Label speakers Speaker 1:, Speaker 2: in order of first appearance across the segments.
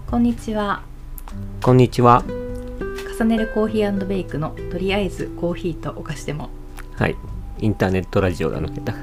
Speaker 1: こんにちは。
Speaker 2: こんにちは。
Speaker 1: 重ねるコーヒー&ベイクのとりあえずコーヒーとお菓子でも。
Speaker 2: はい。インターネットラジオが抜けた。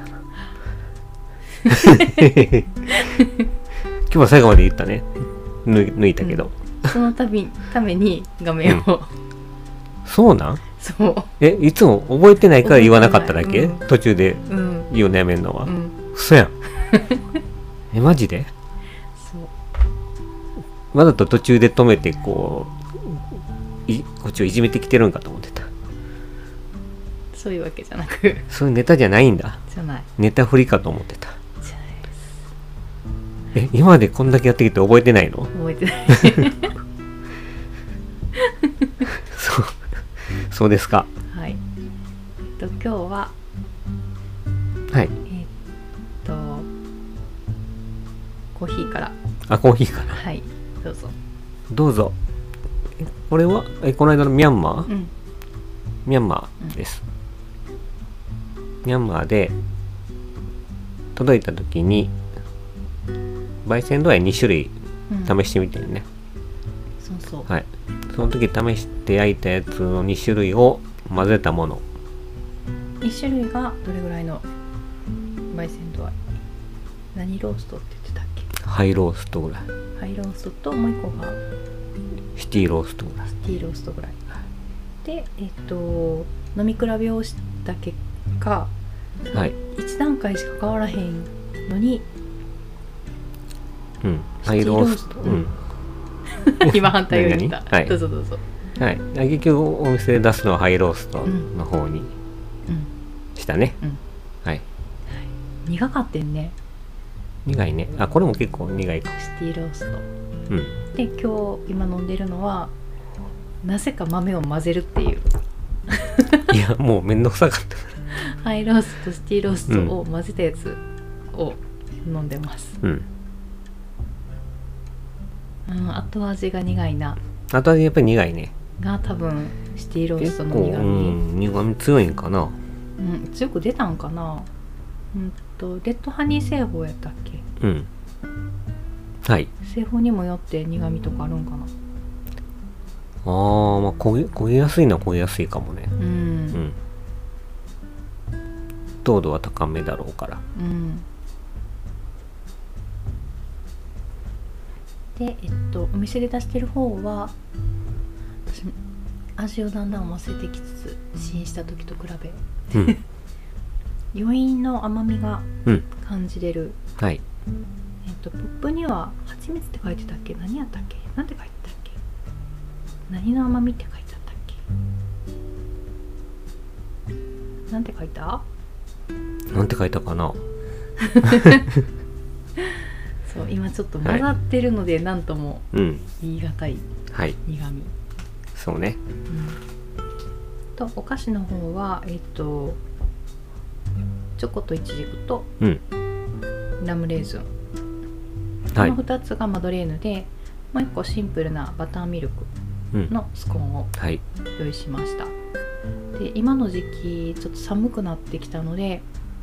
Speaker 2: 今日は最後まで言ったね。抜いたけど。
Speaker 1: そのために画面を、
Speaker 2: そうなん？
Speaker 1: そう。
Speaker 2: いつも覚えてないから言わなかっただけ？途中で言うのやめんのは。嘘やん。マジで？
Speaker 1: そう。
Speaker 2: わざと途中で止めてこっちをいじめてきてるんかと思ってた。
Speaker 1: そういうわけじゃなく。
Speaker 2: そういうネタじゃないんだ。
Speaker 1: じゃない。
Speaker 2: ネタ振りかと思ってた。
Speaker 1: じゃないです。
Speaker 2: 今までこんだけやってきて覚えてないの？
Speaker 1: 覚えてない。
Speaker 2: そうですか。
Speaker 1: はい。今日は
Speaker 2: はい。
Speaker 1: コーヒーから。
Speaker 2: コーヒーから。
Speaker 1: はい。どうぞ。
Speaker 2: どうぞ。これはこの間のミャンマー？ミャンマーです。ミャンマーで届いた時に焙煎度合い2種類試してみてるね。
Speaker 1: そうそう。
Speaker 2: はい。その時試して焼いたやつの2種類を混ぜたもの。
Speaker 1: 1種類がどれぐらいの焙煎度合い？何ローストって言ってたっけ？
Speaker 2: ハイローストぐらい。
Speaker 1: ハイローストともう1個が
Speaker 2: シティローストぐらい。
Speaker 1: シティローストぐらい。で、飲み比べをした結果、
Speaker 2: はい、
Speaker 1: 1段階しか変わらへんのに、
Speaker 2: ハイロースト、
Speaker 1: 今反対を言った。
Speaker 2: はい、
Speaker 1: どうぞどうぞ。
Speaker 2: はい、結局お店で出すのはハイローストの方にしたね。はい。
Speaker 1: 苦かってんね。
Speaker 2: 苦いね。これも結構苦いかも。
Speaker 1: シティロースト。で、今日今飲んでるのはなぜか豆を混ぜるっていう。
Speaker 2: いや、もうめんどくさかった
Speaker 1: ハイロースト、シティローストを混ぜたやつを飲んでます。後味が苦いな。
Speaker 2: 後味やっぱり苦いね。
Speaker 1: が多分シティローストの苦
Speaker 2: 味強いんかな。
Speaker 1: 強く出たんかな。レッドハニー製法やったっけ？
Speaker 2: はい。
Speaker 1: 製法にもよって苦味とかあるんかな。
Speaker 2: 焦げやすいのは焦げやすいかもね。糖度は高めだろうから。
Speaker 1: で、お店で出してる方は私味をだんだん忘れてきつつ試飲した時と比べ、余韻の甘みが感じれる。
Speaker 2: はい。
Speaker 1: ポップには蜂蜜って書いてたっけ？何やったっけ？なんて書いてたっけ？何の甘みって書いてあったっけ？なんて書いた？
Speaker 2: なんて書いたかな。
Speaker 1: そう、今ちょっと混ざってるので何とも言い難い苦味。
Speaker 2: そうね。
Speaker 1: とお菓子の方はチョコとイチジクとラムレーズン、この2つがマドレーヌで、もう1個シンプルなバターミルクのスコーンを用意しました。で、今の時期ちょっと寒くなってきたので、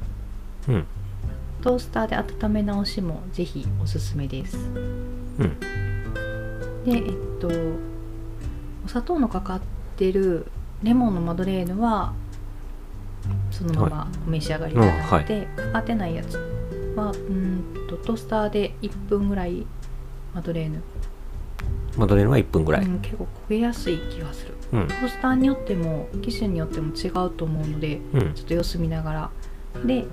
Speaker 1: トースターで温め直しもぜひおすすめです。で、お砂糖のかかってるレモンのマドレーヌはそのままお召し上がりいただいて、かかってないやつはトースターで1分ぐらいマドレーヌ
Speaker 2: は1分ぐらい、
Speaker 1: 結構焦げやすい気がする。トースターによっても機種によっても違うと思うので、ちょっと様子見ながらで、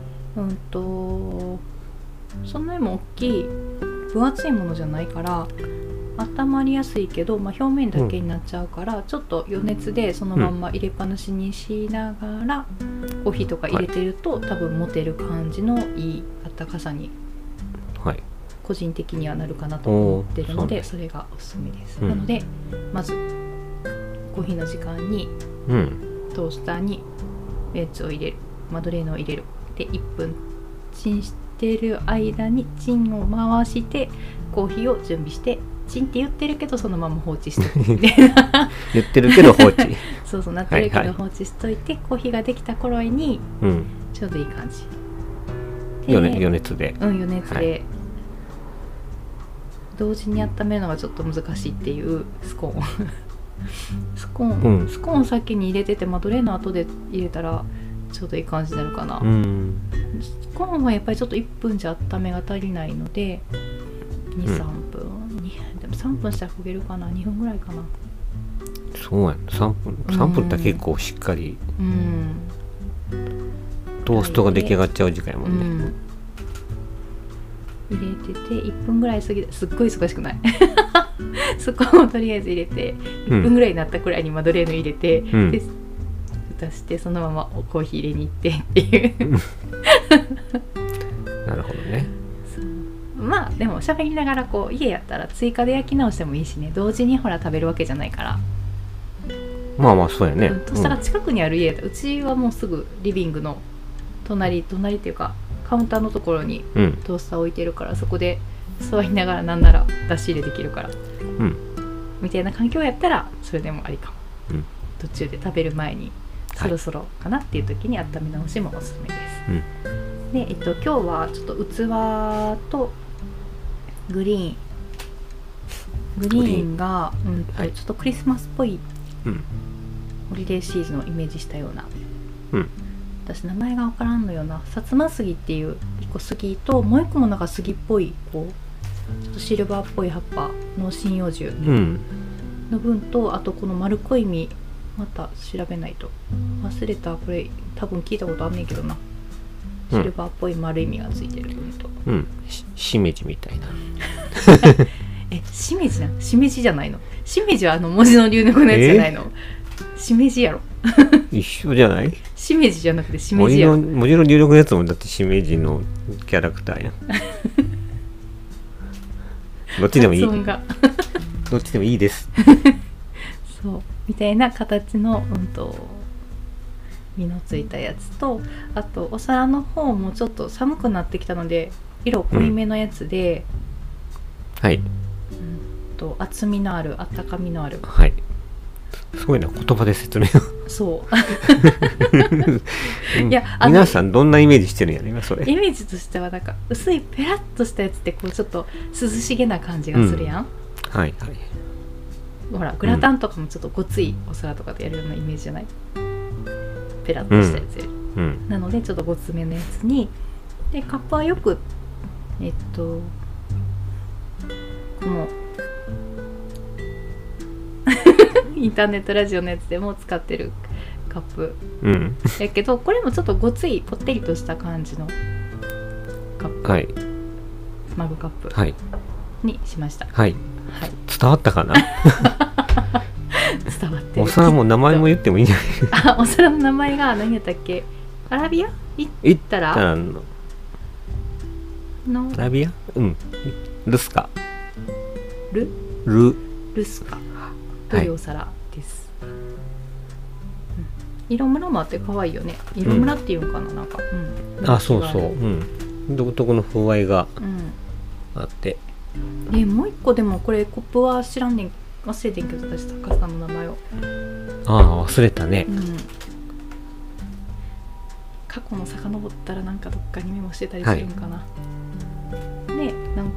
Speaker 1: そんなにも大きい分厚いものじゃないから温まりやすいけど、表面だけになっちゃうから、ちょっと余熱でそのまんま入れっぱなしにしながら、コーヒーとか入れてると、多分持てる感じのいいあったかさに、個人的にはなるかなと思ってるので、それがおすすめです。なのでまずコーヒーの時間にトースターにやつを入れる、マドレーヌを入れる。で1分チンしてる間にチンを回してコーヒーを準備して、チンって言ってるけどそのまま放置しといて
Speaker 2: 言ってるけど放置
Speaker 1: そうなってるけど放置しといて、コーヒーができた頃にちょうどいい感じで、
Speaker 2: 余熱で、
Speaker 1: 余熱で同時に温めるのがちょっと難しいっていうスコーンスコーン先に入れてて、マドレーヌ後で入れたらちょうどいい感じになるかな。スコーンはやっぱりちょっと1分じゃ温めが足りないので 2,3 分、でも3分したら焦げるかな、2分ぐらいかな。
Speaker 2: そうやん、3分だけ結構しっかりトーストが出来上がっちゃう時間やもんね。
Speaker 1: 入れてて1分ぐらい過ぎて、すっごい忙しくないそこをとりあえず入れて1分ぐらいになったくらいにマドレーヌ入れて、で蓋してそのままコーヒー入れに行ってっていう
Speaker 2: なるほどね。
Speaker 1: まあでも喋りながらこう家やったら追加で焼き直してもいいしね、同時にほら食べるわけじゃないから。
Speaker 2: まあまあそうやね。
Speaker 1: そしたら近くにある家だ、うちはもうすぐリビングの隣っていうかカウンターのところにトースター置いてるから、そこで座りながらなんなら出し入れできるから、みたいな環境やったらそれでもありかも、途中で食べる前にそろそろかなっていう時に温め直しもおすすめです、で、今日はちょっと器とグリーンが、ちょっとクリスマスっぽい、ホリデーシーズンをイメージしたような、私名前が分からんのよな、薩摩杉っていう1個杉と、もう1個もなんか杉っぽいこうちょっとシルバーっぽい葉っぱの針葉樹の分と、あとこの丸濃い実、また調べないと忘れた、これ多分聞いたことあんねんけどな、シルバーっぽい丸い実がついてる分と、
Speaker 2: しめじみたいな
Speaker 1: しめじなの？しめじじゃないの？しめじは文字の流力のやつじゃないの？しめじやろ
Speaker 2: 一緒じゃない？
Speaker 1: しめじじゃなくてしめじやろ。
Speaker 2: 文字の流力のやつもだってしめじのキャラクターやんどっちでもいいどっちでもいいです
Speaker 1: そうみたいな形の実のついたやつと、あとお皿の方もちょっと寒くなってきたので色濃いめのやつで、厚みのある、あったかみのある、
Speaker 2: すごいな、言葉で説明
Speaker 1: そういや
Speaker 2: 皆さんどんなイメージしてるんやろ今それ。
Speaker 1: イメージとしてはなんか薄いペラッとしたやつってこうちょっと涼しげな感じがするやん、ほらグラタンとかもちょっとごついお皿とかでやるようなイメージじゃない？ペラッとしたやつやる、なのでちょっとごつめのやつに、でカップはよくこのインターネットラジオのやつでも使ってるカップ、やけどこれもちょっとごついぽってりとした感じのカップ、マグカップにしました。伝
Speaker 2: わったかな
Speaker 1: 伝わってる。
Speaker 2: お皿も名前も言ってもいいんじゃない？
Speaker 1: お皿の名前が何やったっけ？アラビア？行ったらの
Speaker 2: アラビア？ルスカ
Speaker 1: ルスカというお皿です、色ムラもあって可愛いよね。色ムラっていうんかな、なんか、
Speaker 2: そうそう、独特の風合いがあって、
Speaker 1: もう一個でもこれコップは知らんねん、忘れてんけど私作家さんの名前を
Speaker 2: 忘れたね、
Speaker 1: 過去の遡ったらなんかどっかにメモしてたりするんかな、で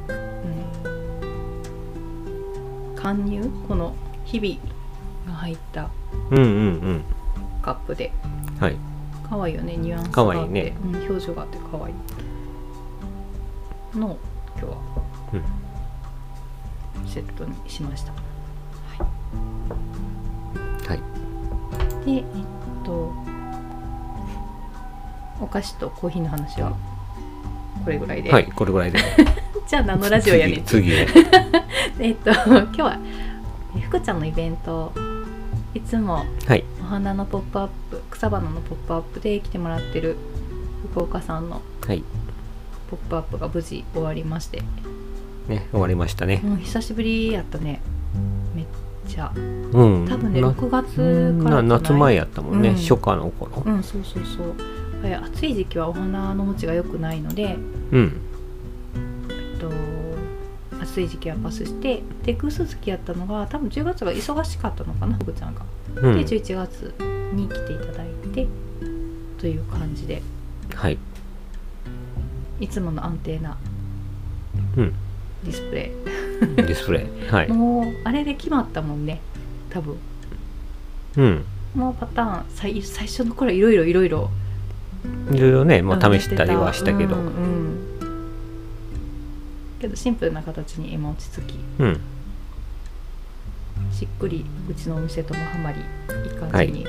Speaker 1: 貫入、この日々が入ったカップで、可愛いよね、ニュアンスがあって、表情があって可愛いのを今日はセットにしました。でお菓子とコーヒーの話はこれぐらいで、
Speaker 2: これぐらいで
Speaker 1: じゃあ何のラジオやねん
Speaker 2: 次
Speaker 1: 今日は福ちゃんのイベント、いつもお花のポップアップ、草花のポップアップで来てもらってる福岡さんのポップアップが無事終わりまして、
Speaker 2: 終わりましたね。
Speaker 1: 久しぶりやったね、めっちゃ、多分ね6月から
Speaker 2: 夏前やったもんね、初夏の頃。
Speaker 1: そう暑い時期はお花の持ちが良くないので、暑い時期はパスして、で偶数月やったのが多分10月が忙しかったのかな、福ちゃんが、で11月に来ていただいてという感じで、いつもの安定なディスプレイ
Speaker 2: ディスプレイ、はい、
Speaker 1: もうあれで決まったもんね多分。もうパターン最初の頃いろいろ
Speaker 2: ね、もう試したりはしたけど、
Speaker 1: けどシンプルな形に今落ち着き、しっくりうちのお店ともハマりいい感じに、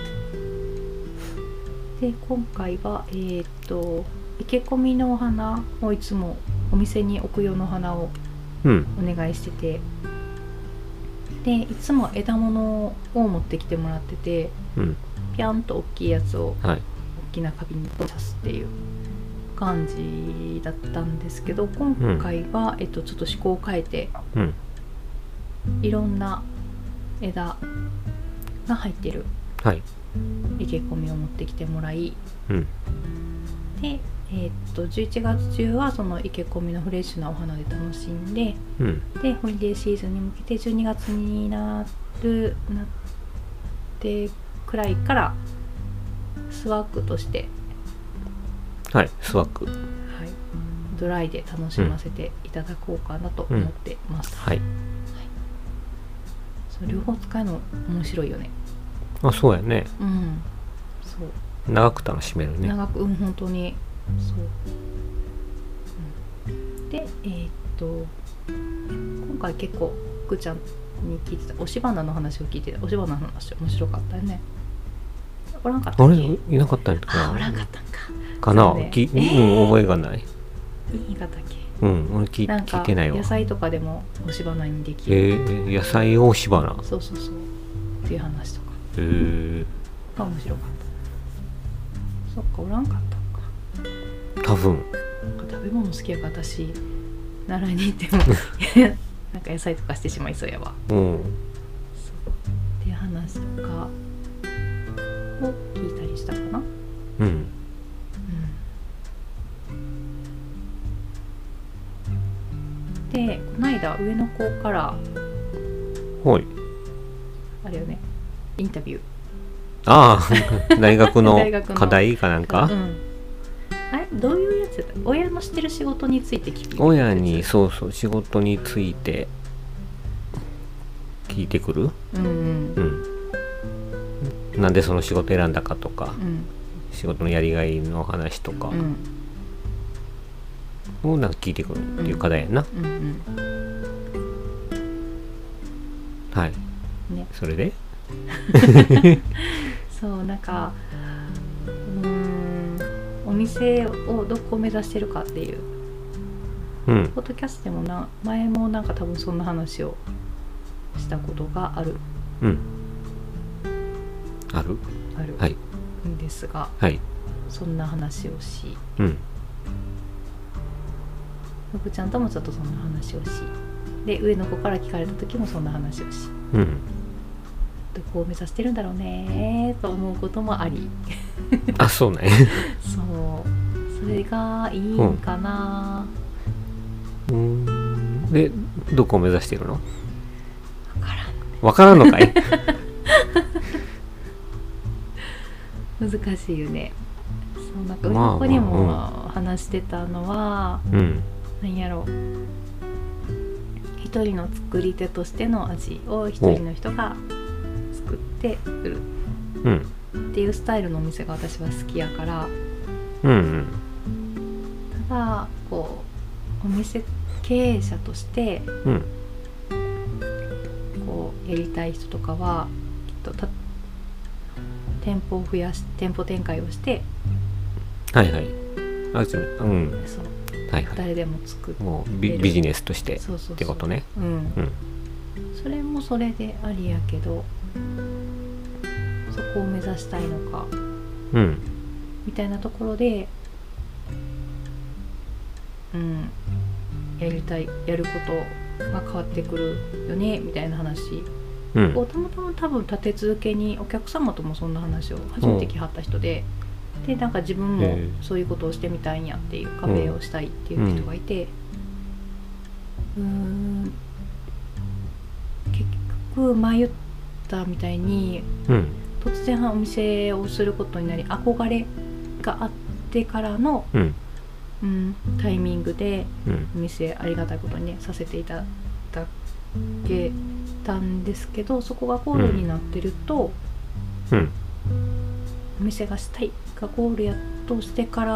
Speaker 1: で今回は生け込みのお花をいつもお店に置く用のお花をお願いしてて、でいつも枝物を持ってきてもらってて、ピャンと大きいやつを大きな花瓶に刺すっていう感じだったんですけど、今回は、ちょっと趣向を変えて、いろんな枝が入ってる生け込みを持ってきてもらい、で、11月中はその生け込みのフレッシュなお花で楽しんで、でホリデーシーズンに向けて12月になってくらいからスワッグとして、
Speaker 2: スワッグ、
Speaker 1: ドライで楽しませていただこうかなと思ってます。そう両方使うの面白いよね。
Speaker 2: そうやね。
Speaker 1: そう
Speaker 2: 長く楽しめるね。
Speaker 1: 長く本当にそう、で今回結構福ちゃんに聞いてた押し花の話を聞いてた。押し花の話面白かったよね。おらんかったっけ？
Speaker 2: あれいなかったんかな。
Speaker 1: おらんかったんか
Speaker 2: な、
Speaker 1: ね、
Speaker 2: 覚えがない。
Speaker 1: いいかったっけ？
Speaker 2: 俺聞いてないわ。
Speaker 1: 野菜とかでも押し花にできる。
Speaker 2: 野菜を押し花。
Speaker 1: そうっていう話とか。が面白かった。そっか、おらんかったんか。
Speaker 2: 多分。
Speaker 1: なんか食べ物好きやから私習いに行ってもなんか野菜とかしてしまいそうやわ。そうっていう話とかを聞いたりしたかな。でこの間上の子からあれよね、インタビュー、
Speaker 2: 大学の課題かなんか、
Speaker 1: あれどういうやつだった？親のしてる仕事について聞く。
Speaker 2: 親に仕事について聞いてくる。なんでその仕事選んだかとか、仕事のやりがいの話とかをなんか聞いてくるっていう課題やな。それで
Speaker 1: そうなんかお店をどこを目指してるかっていう、ポッドキャストでも前もなんか多分そんな話をしたことがある、あるんですが、そんな話をし、ふちゃんともちょっとそんな話をし、で上の子から聞かれた時もそんな話をし、どこを目指してるんだろうねと思うこともあり
Speaker 2: そうね
Speaker 1: それがいいんかな。
Speaker 2: でどこを目指してるの？わからんのかい
Speaker 1: 難しいよね。そうなんか上の子にも話してたのは、何やろう、一人の作り手としての味を一人の人が作って売るっていうスタイルのお店が私は好きやから、ただこうお店経営者として、こうやりたい人とかはきっと店舗を増やし店舗展開をして、誰でも作って
Speaker 2: もうビジネスとしてってことね。
Speaker 1: それもそれでありやけど、そこを目指したいのか、みたいなところで、やることが変わってくるよねみたいな話をたまたま多分立て続けにお客様ともそんな話を初めて来はった人で、でなんか自分もそういうことをしてみたいんやっていうカフェをしたいっていう人がいて、結局前言ったみたいに、突然お店をすることになり憧れがあってからの、タイミングでお店ありがたいことにねさせていただけたんですけど、そこがゴールになってると、お店がしたいがゴールやっとしてから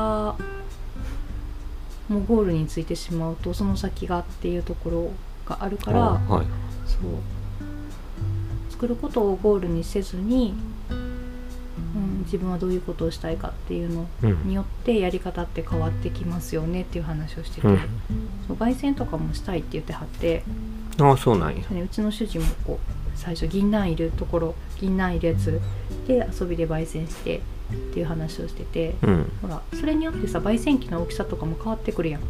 Speaker 1: もうゴールについてしまうとその先がっていうところがあるから、
Speaker 2: はい、
Speaker 1: そう作ることをゴールにせずに、自分はどういうことをしたいかっていうのによってやり方って変わってきますよねっていう話をしてて、そう焙煎とかもしたいって言ってはって、
Speaker 2: そうなんや。
Speaker 1: うちの主人もこう最初銀杏いるところ、銀杏いるやつで遊びで焙煎してっていう話をしてて、ほらそれによってさ焙煎機の大きさとかも変わってくるやん。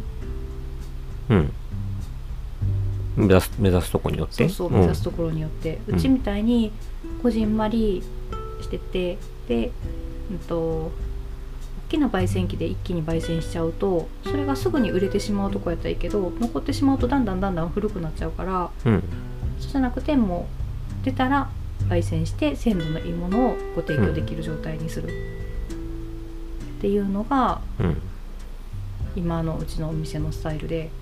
Speaker 2: 目指すところによって。
Speaker 1: そう目指すところによって、うちみたいにこじんまりしてて、で大きな焙煎機で一気に焙煎しちゃうとそれがすぐに売れてしまうとこやったらいいけど、残ってしまうとだんだん古くなっちゃうから、そうじゃなくてもう出たら焙煎して鮮度のいいものをご提供できる状態にするっていうのが、今のうちのお店のスタイルで、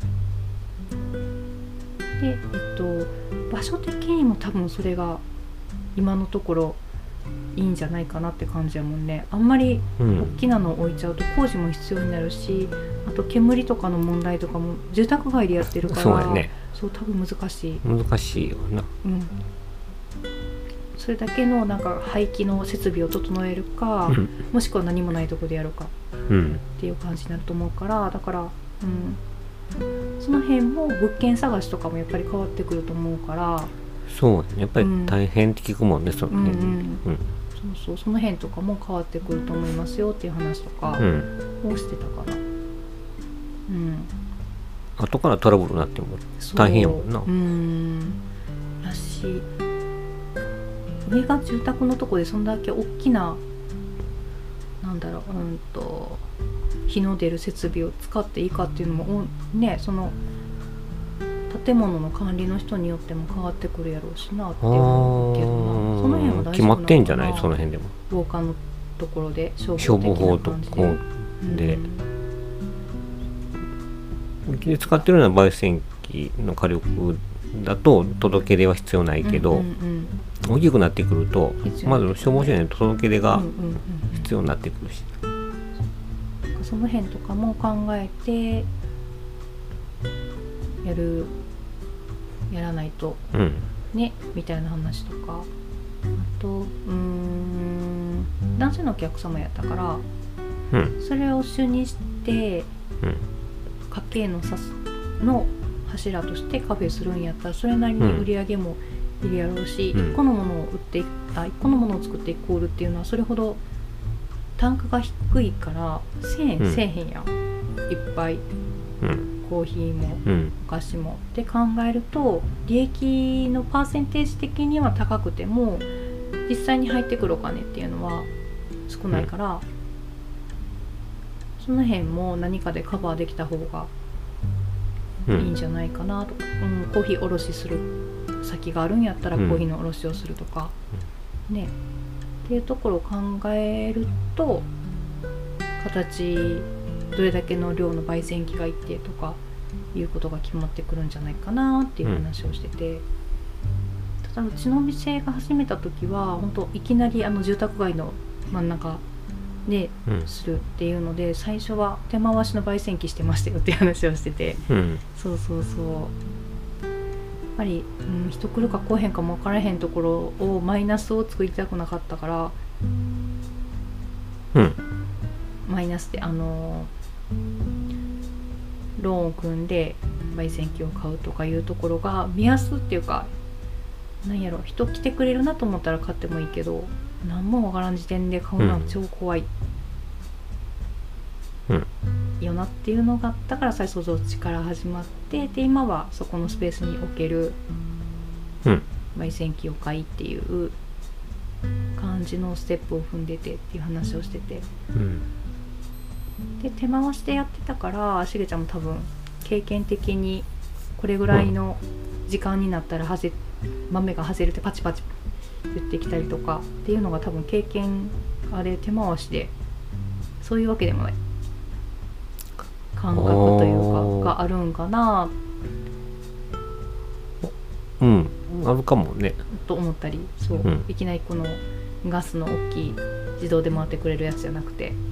Speaker 1: 場所的にも多分それが今のところいいんじゃないかなって感じやもんね。あんまり大きなのを置いちゃうと工事も必要になるし、あと煙とかの問題とかも住宅街でやってるから、そう多分難しい
Speaker 2: よな。
Speaker 1: それだけのなんか排気の設備を整えるか、もしくは何もないとこでやるかっていう感じになると思うから、だから、その辺も物件探しとかもやっぱり変わってくると思うから、
Speaker 2: そうやっぱり大変って聞くもんね、その辺。
Speaker 1: その辺とかも変わってくると思いますよっていう話とかをしてたから、
Speaker 2: 後からトラブルになっても大変やもんな。
Speaker 1: だし、上が住宅のとこでそんだけ大きな日の出る設備を使っていいかっていうのもね、その建物の管理の人によっても変わってくるやろうしなって思うけどな。その辺は大丈夫なのかな。
Speaker 2: 決まってんじゃない？その辺でも
Speaker 1: 防火のところで
Speaker 2: 消防法とかで、うちで使ってるような焙煎機の火力だと届け出は必要ないけど、大きくなってくるとまず消防署に届け出が必要になってくるし、
Speaker 1: その辺とかも考えてやらないとね、みたいな話とか、あと男性のお客様やったから、それを主にして、家計の柱としてカフェするんやったらそれなりに売り上げもいるやろうし、1個のものを1個のものを作っていくコールっていうのはそれほど単価が低いから1000円せえへんやん、いっぱい、コーヒーもお菓子もって考えると利益のパーセンテージ的には高くても実際に入ってくるお金っていうのは少ないから、その辺も何かでカバーできた方がいいんじゃないかなとか、コーヒー卸しする先があるんやったらコーヒーの卸をするとか、ねっていうところを考えるとどれだけの量の焙煎機がいってとかいうことが決まってくるんじゃないかなっていう話をしてて、ただうちのお店が始めた時は本当いきなり住宅街の真ん中でするっていうので、最初は手回しの焙煎機してましたよっていう話をしてて、そうやっぱり、人来るか来へんかも分からへんところをマイナスを作りたくなかったから、マイナスでローンを組んで焙煎機を買うとかいうところが目安っていうか、なんやろ、人来てくれるなと思ったら買ってもいいけど何もわからん時点で買うのは超怖い、よなっていうのがあったから再創造地から始まって、で今はそこのスペースに置ける焙煎機を買いっていう感じのステップを踏んでてっていう話をしてて、で手回しでやってたからしげちゃんも多分経験的にこれぐらいの時間になったら豆が外れてパチパチ言ってきたりとかっていうのが多分経験あれ手回しでそういうわけでもない感覚というかがあるんかなっ
Speaker 2: うんあるかもね
Speaker 1: と思ったり、そう、いきなりこのガスの大きい自動で回ってくれるやつじゃなくて、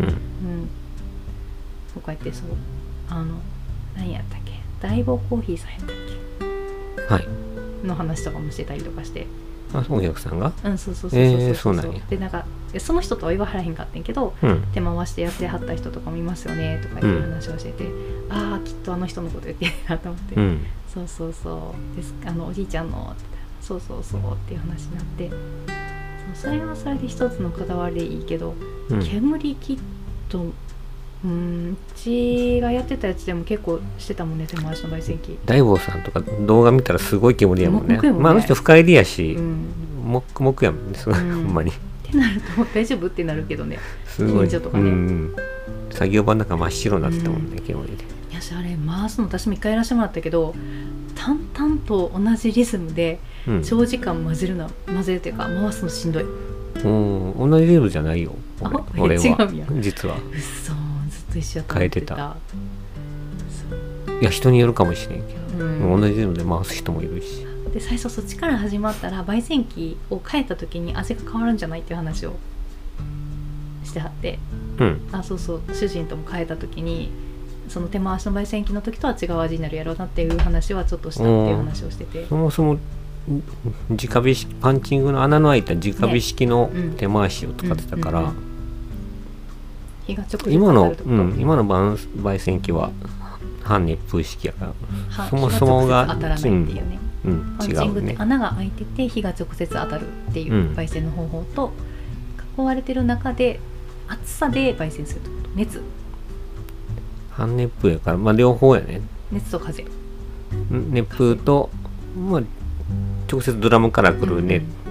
Speaker 1: こうやってそう何やったっけ、大坊コーヒーさんやったっけの話とかもしてたりとかして、
Speaker 2: お客さんが
Speaker 1: そう
Speaker 2: なんや。
Speaker 1: でなんかその人とは言わはらへんかったんけど、手回してやってはった人とかもいますよねとかいう話をしてて、ああきっとあの人のこと言ってるなと思って、そうですおじいちゃんのって言ったらそうっていう話になって、それはそれで一つのこだわりでいいけど、煙キットうちがやってたやつでも結構してたもんね、手回しの焙煎機。
Speaker 2: 大坊さんとか動画見たらすごい煙やもんね。まああの人深入りやし、もくもくやもんね、すごい、ほんまに。
Speaker 1: ってなると大丈夫ってなるけどね、
Speaker 2: すごい
Speaker 1: 近所とかね、
Speaker 2: 作業場の中真っ白になってたもんね、煙で。
Speaker 1: いやあれ回すの私も一回やらせてもらったけど、淡々と同じリズムで長時間混ぜるというか回すのしんどい。
Speaker 2: 同じリズムじゃないよ俺は。
Speaker 1: 違うんや
Speaker 2: 実は
Speaker 1: 嘘、ずっと一緒やと思ってた。
Speaker 2: いや人によるかもしれんけど、同じリズムで回す人もいるし。
Speaker 1: で最初そっちから始まったら焙煎機を変えた時に味が変わるんじゃないっていう話をしてはって、主人とも変えた時にその手回しの焙煎機の時とは違う味になるやろうなっていう話はちょっとしたっていう話をしてて、
Speaker 2: そもそも直火式パンチングの穴の開いた直火式の手回しを使ってたから、
Speaker 1: 火が直接
Speaker 2: 今の焙煎機は半熱風式やからそもそもが
Speaker 1: 当たらないっていうね、パンチングって穴が開いてて火が直接当たるっていう焙煎の方法と、囲われてる中で熱さで焙煎するってこと、熱
Speaker 2: 半熱風やから、両方やね。
Speaker 1: 熱と風、
Speaker 2: 熱風と、直接ドラムから来る、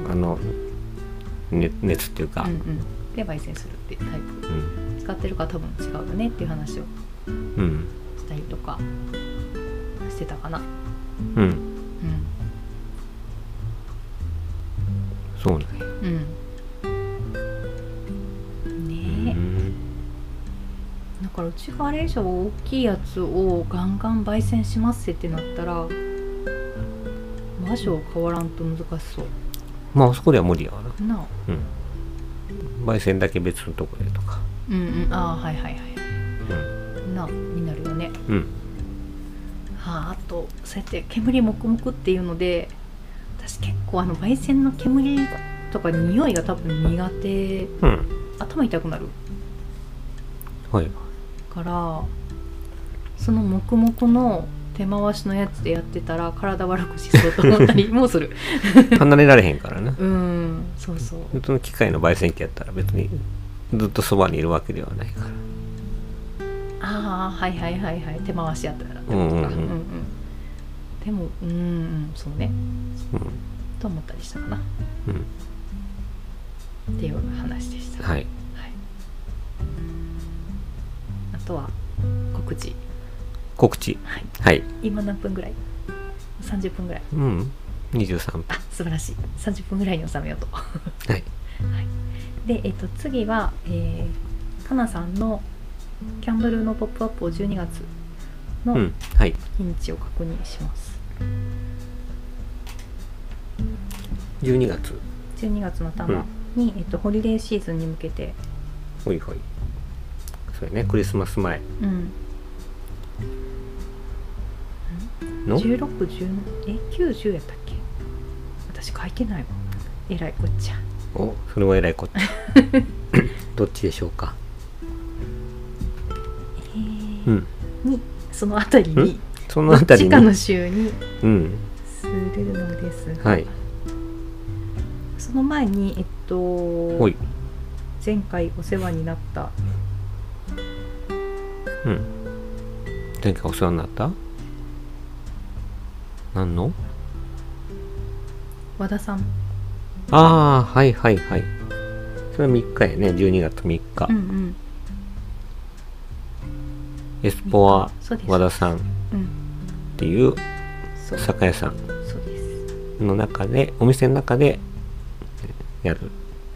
Speaker 2: 熱っていうか、
Speaker 1: で焙煎するっていうタイプ、使ってるから多分違うよねっていう話をしたりとかしてたかな。
Speaker 2: そうなんや。
Speaker 1: だからうちがあれ以上大きいやつをガンガン焙煎しますってなったら場所変わらんと難しそう。
Speaker 2: あそこでは無理やわな。
Speaker 1: なあ、
Speaker 2: 焙煎だけ別のとこでとか。
Speaker 1: はいなあになるよね。あとそうやって煙もくもくっていうので、私結構焙煎の煙とか匂いが多分苦手、頭痛くなるからその黙々の手回しのやつでやってたら体悪くしそうと思ったりもする
Speaker 2: 離れられへんからな。
Speaker 1: そう
Speaker 2: その機械の焙煎機やったら別にずっとそばにいるわけではないから。
Speaker 1: 手回しやったらってことか。でもそうね、と思ったりしたかな、っていう話でした。あとは告知。今何分ぐらい？30分ぐらい。
Speaker 2: 23分。
Speaker 1: 素晴らしい。30分ぐらいに収めようと。で、次は、かなさんのキャンドルのポップアップを12月の日にちを確認します。
Speaker 2: 12月
Speaker 1: の頭に、ホリデーシーズンに向けて。
Speaker 2: それね、クリスマス前の
Speaker 1: 16、10、9、10やったっけ？私書いてないわ。えらいこっちゃ。
Speaker 2: それはえらいこっちゃ。どっちでしょうか。
Speaker 1: にそのあたりに
Speaker 2: そのあたりに
Speaker 1: どっちかの週にするのですが、その前に前回お世話になった
Speaker 2: 前回お世話になった何の
Speaker 1: 和田さん。
Speaker 2: それは3日やね。12月3日、エスポア和田さんっていう酒屋さんの中で、お店の中でやる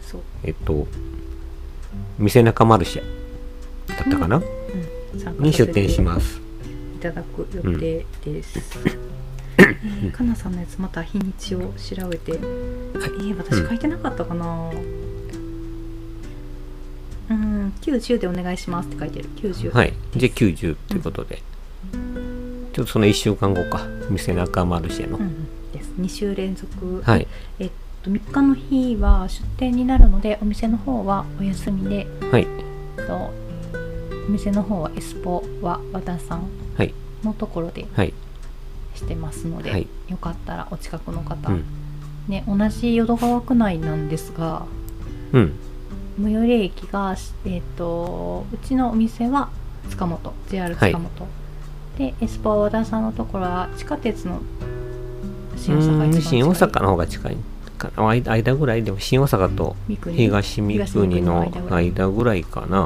Speaker 2: 店中マルシェだったかな、に出店します。
Speaker 1: いただく予定です。 かなさんのやつまた日にちを調べて、私書いてなかったかな。90でお願いしますって書いてる。90。
Speaker 2: はい。じゃあ90ということで、ちょっとその1週間後か、店中マルシェの、
Speaker 1: です。2週連続。
Speaker 2: はい。
Speaker 1: 3日の日は出店になるので、お店の方はお休みで、
Speaker 2: はい。
Speaker 1: お店の方はエスポは和田さんのところでしてますので、はい、よかったらお近くの方、ね、同じ淀川区内なんですが、最寄り駅が、うちのお店は塚本 JR 塚本、でエスポ和田さんのところは地下鉄の新大阪が一番近い。
Speaker 2: 新大阪の方が近いかな。間ぐらいでも新大阪と東三国の間ぐらいかな。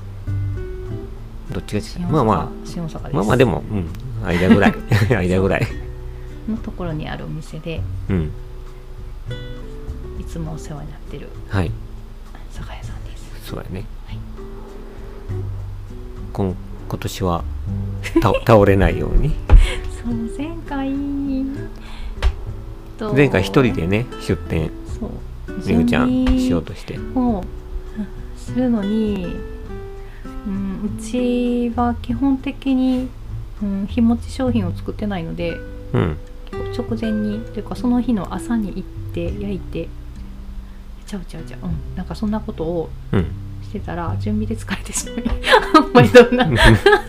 Speaker 2: どっちが近い？まあまあでも、間ぐらい間ぐらい
Speaker 1: のところにあるお店で、いつもお世話になってる酒屋さんです。
Speaker 2: そうやね。今年は倒れないように
Speaker 1: そう、
Speaker 2: 前回一人でね出店、めぐちゃんしようとして
Speaker 1: するのに、うちは基本的に、日持ち商品を作ってないので、結構直前にというかその日の朝に行って焼いてなんかそんなことをしてたら、準備で疲れてしまいあんまりどんない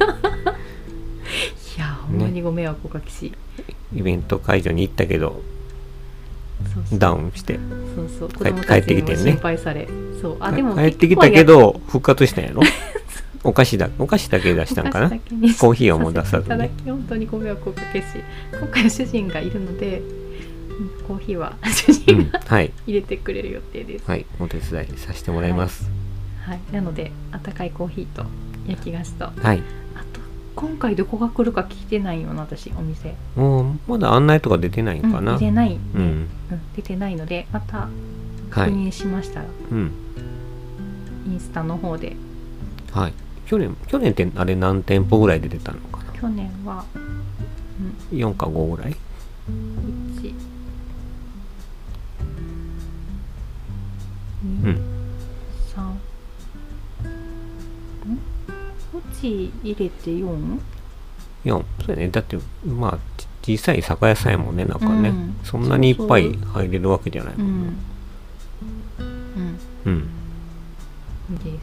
Speaker 1: やほんまにご迷惑おかけし、
Speaker 2: イベント会場に行ったけどダウンして
Speaker 1: 子供たちにも心配され、
Speaker 2: でも帰ってきたけど復活したんやろお菓子だけ出したんかな。コーヒーはもう出さずに。
Speaker 1: 本当にご迷惑をおかけし、今回は主人がいるので、コーヒーは主人が、入れてくれる予定です。
Speaker 2: はい、お手伝いさせてもらいます。
Speaker 1: なので温かいコーヒーと焼き菓子と、あと今回どこが来るか聞いてないよな、私お店。
Speaker 2: まだ案内とか出てないんかな。
Speaker 1: 出てないので、また確認しましたら、インスタの方で。去年ってあれ何店舗ぐらいで出たのかな。去年は、
Speaker 2: 4か5ぐらい。
Speaker 1: 1、2、3、うち入れて 4？
Speaker 2: そうやね。だってまあ小さい酒屋さんやもんね、なんかね、そんなにいっぱい入れるわけじゃないもんね。
Speaker 1: です。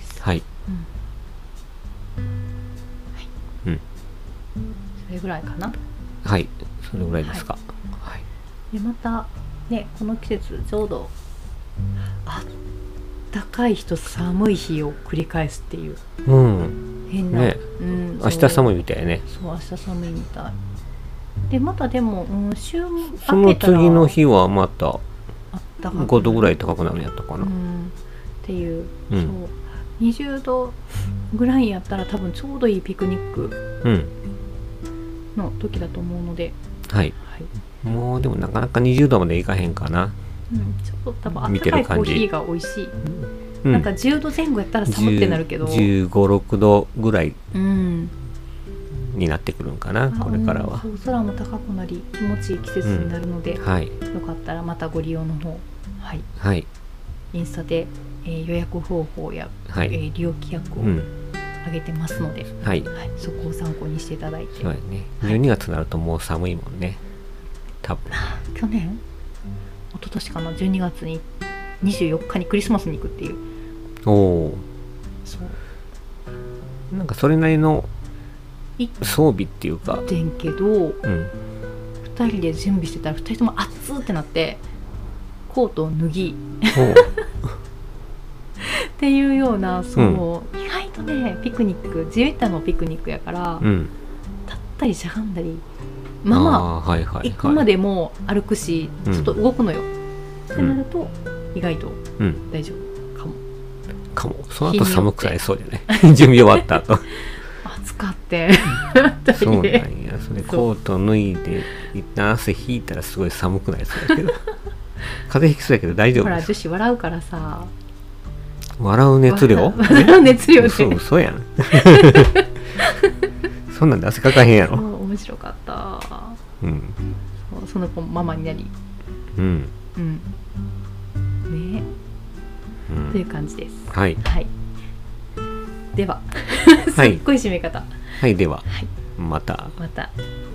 Speaker 1: それぐらいかな。
Speaker 2: それぐらいですか。
Speaker 1: でまたね、この季節ちょうどあったかい日と寒い日を繰り返すっていう、変な、
Speaker 2: 明日寒いみたいね。
Speaker 1: 明日寒いみたいで、またでも、週明けたら
Speaker 2: その次の日はまた5度ぐらい高くなるんやったかな、
Speaker 1: っていう、20度ぐらいやったら多分ちょうどいいピクニックの時だと思うので、も
Speaker 2: うでもなかなか20度までいかへんかな。
Speaker 1: ちょっと多分あったかいコーヒーが美味しい。なんか10度前後やったら寒ってなるけど、
Speaker 2: 15、6度ぐらいになってくるんかな、これからは。
Speaker 1: 空も高くなり気持ちいい季節になるので、よかったらまたご利用の方、インスタで、予約方法や、利用規約を上げてますので、そこを参考にしていただいて。
Speaker 2: 12月になるともう寒いもんね、多分。
Speaker 1: 去年一昨年かな、12月に24日にクリスマスに行くっていう。
Speaker 2: なんかそれなりの装備っていうか
Speaker 1: けど、2人で準備してたら2人とも熱ってなってコートを脱ぎっていうような、意外とね、ピクニック、地べたのピクニックやから、立ったりしゃがんだり、行くまでも歩くし、ちょっと動くのよ、ってなると意外と大丈夫かも。
Speaker 2: その後寒くなりそうじゃない準備終わった後
Speaker 1: 暑かって
Speaker 2: そうなんや。それコート脱いで一旦汗引いたらすごい寒くなりそうだけど風邪ひきそうやけど大丈夫。
Speaker 1: ほら女子笑うからさ、
Speaker 2: 笑う熱量
Speaker 1: で
Speaker 2: そうやんそんなんで汗かかへんやろ。
Speaker 1: 面白かった。 その子ママになり、
Speaker 2: うん
Speaker 1: ね、という感じです。
Speaker 2: はい、
Speaker 1: では、
Speaker 2: はい、
Speaker 1: すっごい締め方。
Speaker 2: はい、では、
Speaker 1: はい、
Speaker 2: また。
Speaker 1: また。